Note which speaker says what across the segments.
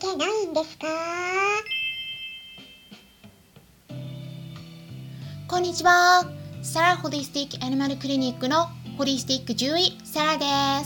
Speaker 1: けないんですか？
Speaker 2: こんにちは。サラホリスティックアニマルクリニックのホリスティック獣医サラです。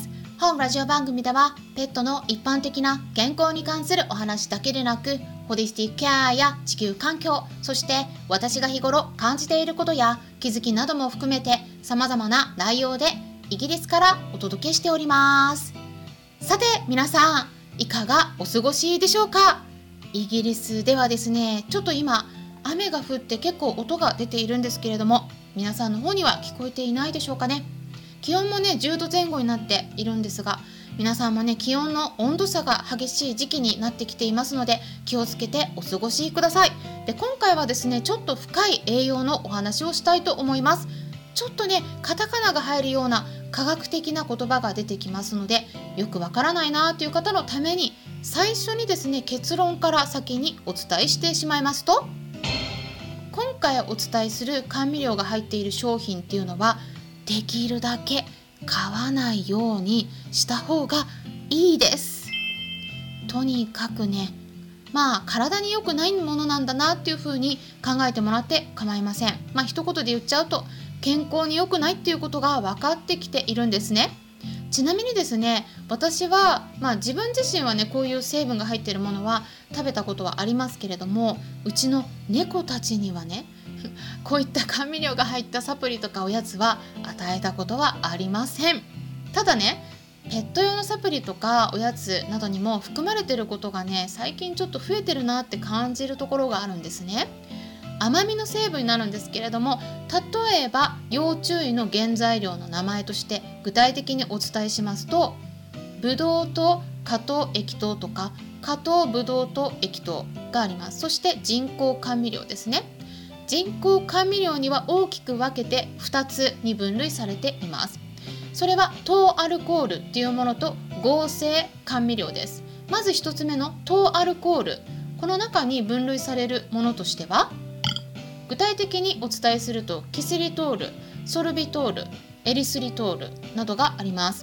Speaker 2: 本ラジオ番組ではペットの一般的な健康に関するお話だけでなく、ホリスティックケアや地球環境、そして私が日頃感じていることや気づきなども含めて様々な内容でイギリスからお届けしております。さて皆さん、いかがお過ごしでしょうか？イギリスではですね、ちょっと今雨が降って結構音が出ているんですけれども、皆さんの方には聞こえていないでしょうかね。気温もね10度前後になっているんですが、皆さんもね気温の温度差が激しい時期になってきていますので、気をつけてお過ごしください。で、今回はですねちょっと深い栄養のお話をしたいと思います。ちょっとねカタカナが入るような科学的な言葉が出てきますので、よくわからないなという方のために最初にですね結論から先にお伝えしてしまいますと、今回お伝えする甘味料が入っている商品っていうのはできるだけ買わないようにした方がいいです。とにかくね、体に良くないものなんだなっていう風に考えてもらって構いません。一言で言っちゃうと健康に良くないっていうことが分かってきているんですね。ちなみにですね、私は、自分自身はねこういう成分が入っているものは食べたことはありますけれども、うちの猫たちにはねこういった甘味料が入ったサプリとかおやつは与えたことはありません。ただね、ペット用のサプリとかおやつなどにも含まれていることがね最近ちょっと増えてるなって感じるところがあるんですね。甘みの成分になるんですけれども、例えば要注意の原材料の名前として具体的にお伝えしますと、ブドウ糖果糖液糖とか果糖ブドウ糖液糖があります。そして人工甘味料ですね。人工甘味料には大きく分けて2つに分類されています。それは糖アルコールっていうものと合成甘味料です。まず1つ目の糖アルコール、この中に分類されるものとしては、具体的にお伝えするとキシリトール、ソルビトール、エリスリトールなどがあります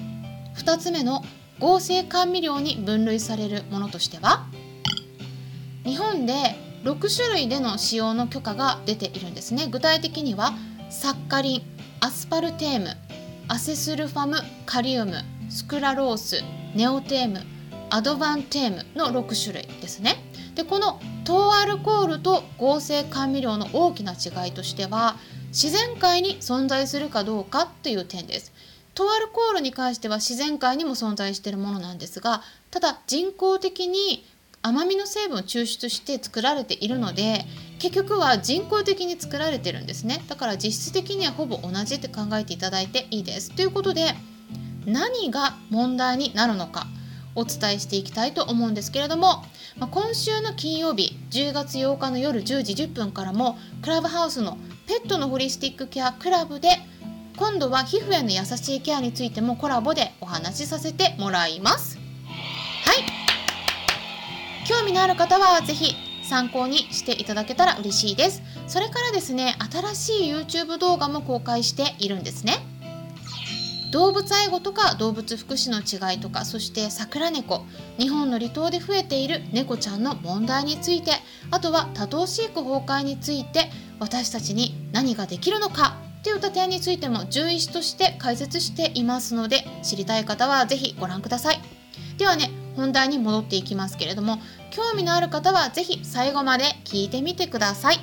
Speaker 2: 。2つ目の合成甘味料に分類されるものとしては、日本で6種類での使用の許可が出ているんですね。具体的にはサッカリン、アスパルテーム、アセスルファムカリウム、スクラロース、ネオテーム、アドバンテームの6種類ですね。で、この糖アルコールと合成甘味料の大きな違いとしては、自然界に存在するかどうかっていう点です。糖アルコールに関しては自然界にも存在しているものなんですが、ただ人工的に甘みの成分を抽出して作られているので、結局は人工的に作られてるんですね。だから実質的にはほぼ同じって考えていただいていいですということで、何が問題になるのかお伝えしていきたいと思うんですけれども、今週の金曜日10月8日の夜10時10分からもクラブハウスのペットのホリスティックケアクラブで、今度は皮膚への優しいケアについてもコラボでお話しさせてもらいます。はい、興味のある方はぜひ参考にしていただけたら嬉しいです。それからですね、新しい YouTube 動画も公開しているんですね。動物愛護とか動物福祉の違いとか、そして桜猫、日本の離島で増えている猫ちゃんの問題について、あとは多頭飼育崩壊について私たちに何ができるのかといった点についても獣医師として解説していますので、知りたい方はぜひご覧ください。ではね、本題に戻っていきますけれども、興味のある方はぜひ最後まで聞いてみてください。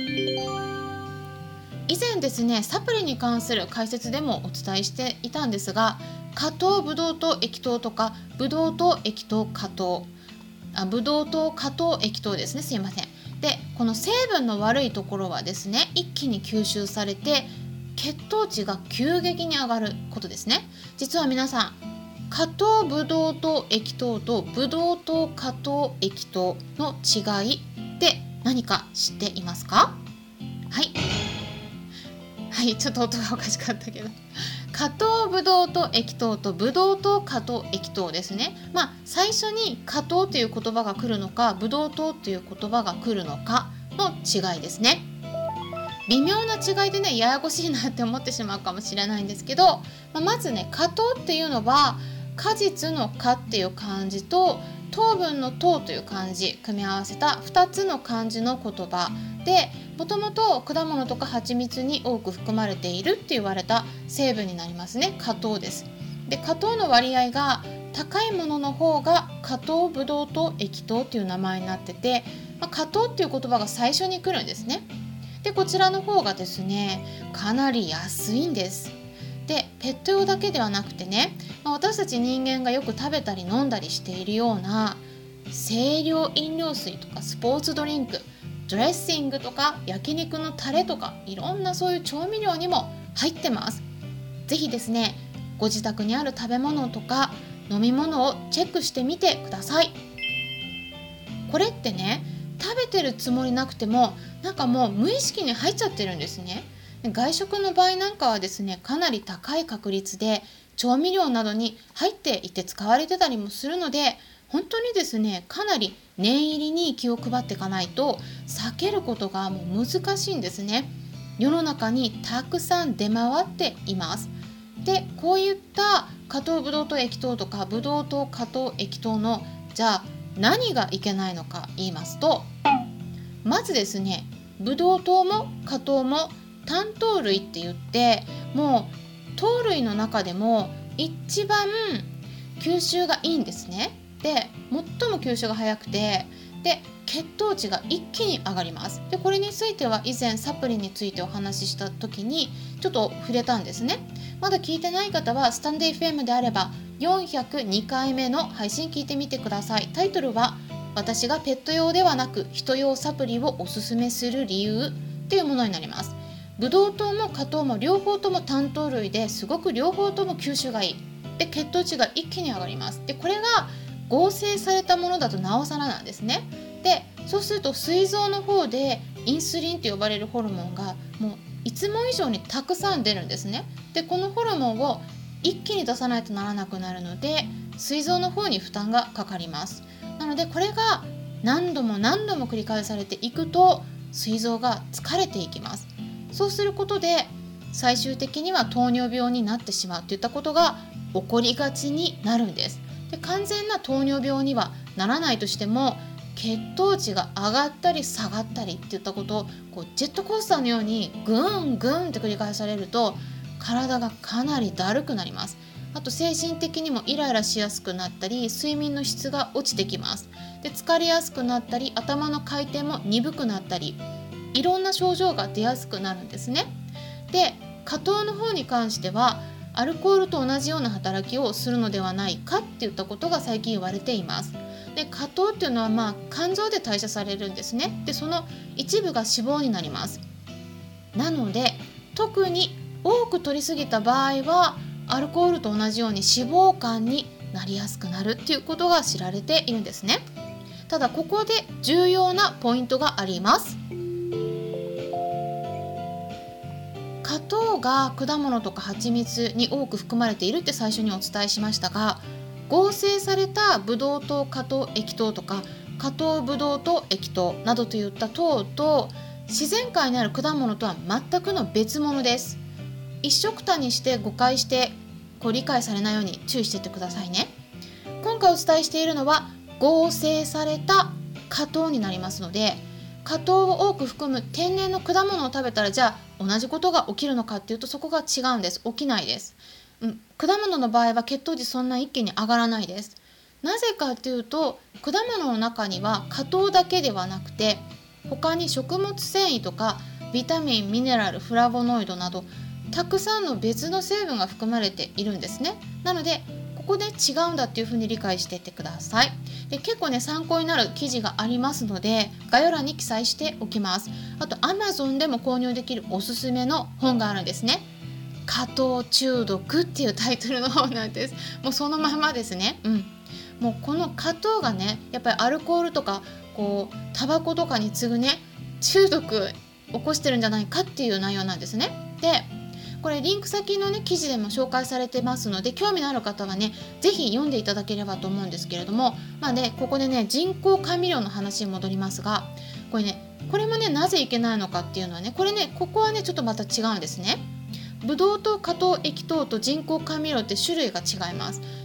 Speaker 2: 以前ですね、サプリに関する解説でもお伝えしていたんですが、果糖ブドウ糖液糖とかブドウ糖液糖果糖、ブドウ糖果糖液糖ですね、すいません。で、この成分の悪いところはですね、一気に吸収されて血糖値が急激に上がることですね。実は皆さん、果糖ブドウ糖液糖とブドウ糖果糖液糖の違いって何か知っていますか？はい、ちょっと音がおかしかったけど、果糖ブドウ糖液糖とブドウ糖果糖液糖ですね。最初に果糖という言葉が来るのか、ブドウ糖という言葉が来るのかの違いですね。微妙な違いでね、ややこしいなって思ってしまうかもしれないんですけど、まずね、果糖っていうのは果実の果っていう漢字と糖分の糖という漢字組み合わせた2つの漢字の言葉で、もともと果物とか蜂蜜に多く含まれているって言われた成分になりますね。果糖です。で、果糖の割合が高いものの方が果糖ブドウ糖液糖という名前になってて、果糖っていう言葉が最初に来るんですね。で、こちらの方がですね、かなり安いんです。で、ペット用だけではなくてね、私たち人間がよく食べたり飲んだりしているような清涼飲料水とかスポーツドリンク、ドレッシングとか焼肉のタレとか、いろんなそういう調味料にも入ってます。ぜひですね、ご自宅にある食べ物とか飲み物をチェックしてみてください。これってね、食べてるつもりなくてもなんかもう無意識に入っちゃってるんですね。外食の場合なんかはですね、かなり高い確率で調味料などに入っていて使われてたりもするので、本当にですね、かなり念入りに気を配っていかないと避けることがもう難しいんですね。世の中にたくさん出回っています。で、こういった果糖ブドウ糖液糖とかブドウ糖果糖液糖のじゃあ何がいけないのか言いますと、まずですね、ブドウ糖も果糖も単糖類って言って、もう糖類の中でも一番吸収がいいんですね。で、最も吸収が早くて、で、血糖値が一気に上がります。で、これについては以前サプリについてお話しした時にちょっと触れたんですね。まだ聞いてない方はスタンド FM であれば402回目の配信聞いてみてください。タイトルは、私がペット用ではなく人用サプリをおすすめする理由っていうものになります。ブドウ糖も果糖も両方とも単糖類で、すごく両方とも吸収がいい。で、血糖値が一気に上がります。で、これが合成されたものだとなおさらなんですね。で、そうすると膵臓の方でインスリンと呼ばれるホルモンがもういつも以上にたくさん出るんですね。で、このホルモンを一気に出さないとならなくなるので、膵臓の方に負担がかかります。なので、これが何度も何度も繰り返されていくと膵臓が疲れていきます。そうすることで最終的には糖尿病になってしまうといったことが起こりがちになるんです。で、完全な糖尿病にはならないとしても、血糖値が上がったり下がったりっていったことをジェットコースターのようにグングンって繰り返されると、体がかなりだるくなります。あと精神的にもイライラしやすくなったり、睡眠の質が落ちてきます。で、疲れやすくなったり、頭の回転も鈍くなったり、いろんな症状が出やすくなるんですね。で、果糖の方に関してはアルコールと同じような働きをするのではないかっていったことが最近言われています。で、果糖っていうのは肝臓で代謝されるんですね。で、その一部が脂肪になります。なので、特に多く摂りすぎた場合はアルコールと同じように脂肪肝になりやすくなるっていうことが知られているんですね。ただ、ここで重要なポイントがあります。果糖が果物とか蜂蜜に多く含まれているって最初にお伝えしましたが、合成されたブドウ糖果糖液糖とか果糖ブドウ糖液糖などといった糖と自然界にある果物とは全くの別物です。一緒くたにして誤解して理解されないように注意していってくださいね。今回お伝えしているのは合成された果糖になりますので、果糖を多く含む天然の果物を食べたら、じゃあ同じことが起きるのかっていうと、そこが違うんです。起きないです。果物の場合は血糖値そんな一気に上がらないです。なぜかというと、果物の中には果糖だけではなくて、他に食物繊維とかビタミン、ミネラル、フラボノイドなどたくさんの別の成分が含まれているんですね。なので、ここで違うんだっていうふうに理解していってください。で、結構ね、参考になる記事がありますので、概要欄に記載しておきます。あと Amazon でも購入できるおすすめの本があるんですね。果糖中毒っていうタイトルの本なんです。もうそのままですね。もうこの果糖がね、やっぱりアルコールとかタバコとかに次ぐね、中毒起こしてるんじゃないかっていう内容なんですね。で、これリンク先のね記事でも紹介されてますので、興味のある方はねぜひ読んでいただければと思うんですけれども、ここでね人工甘味料の話に戻りますが、これもねなぜいけないのかっていうのはね、ここはねちょっとまた違うんですね。ブドウ糖果糖液糖と人工甘味料って種類が違います。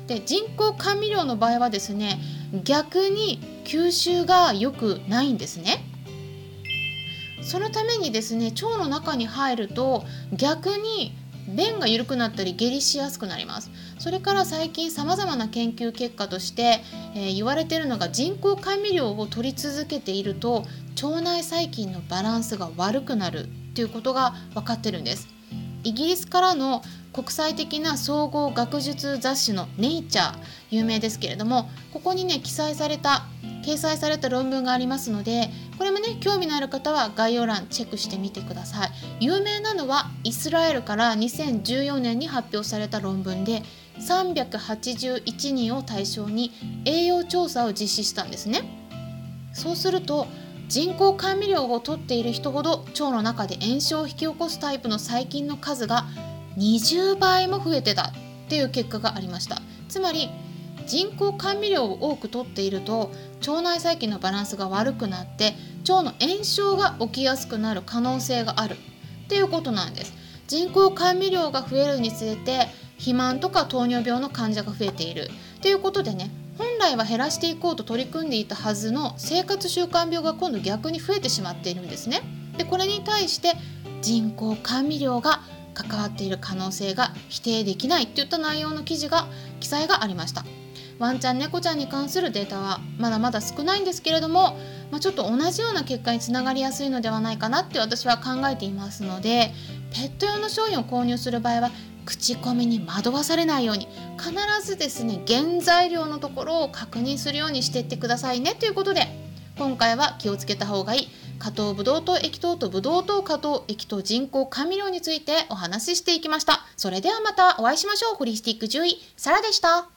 Speaker 2: で、人工甘味料の場合はですね、逆に吸収が良くないんですね。そのためにですね、腸の中に入ると逆に便が緩くなったり下痢しやすくなります。それから最近さまざまな研究結果として、言われているのが、人工甘味料を取り続けていると腸内細菌のバランスが悪くなるということが分かってるんです。イギリスからの国際的な総合学術雑誌のネイチャー、有名ですけれども、ここにね掲載された論文がありますので、これもね興味のある方は概要欄チェックしてみてください。有名なのはイスラエルから2014年に発表された論文で、381人を対象に栄養調査を実施したんですね。そうすると、人工甘味料を摂っている人ほど腸の中で炎症を引き起こすタイプの細菌の数が20倍も増えてたっていう結果がありました。つまり人工甘味料を多く摂っていると腸内細菌のバランスが悪くなって腸の炎症が起きやすくなる可能性があるっていうことなんです。人工甘味料が増えるにつれて肥満とか糖尿病の患者が増えているということでね、本来は減らしていこうと取り組んでいたはずの生活習慣病が今度逆に増えてしまっているんですね。で、これに対して人工甘味料が関わっている可能性が否定できないといった内容の記事が記載がありました。ワンちゃん猫ちゃんに関するデータはまだまだ少ないんですけれども、ちょっと同じような結果につながりやすいのではないかなって私は考えていますので、ペット用の商品を購入する場合は口コミに惑わされないように、必ずですね原材料のところを確認するようにしていってくださいねということで、今回は気をつけた方がいい果糖ブドウ糖液糖とブドウ糖果糖液糖人工甘味料についてお話ししていきました。それではまたお会いしましょう。ホリスティック獣医サラでした。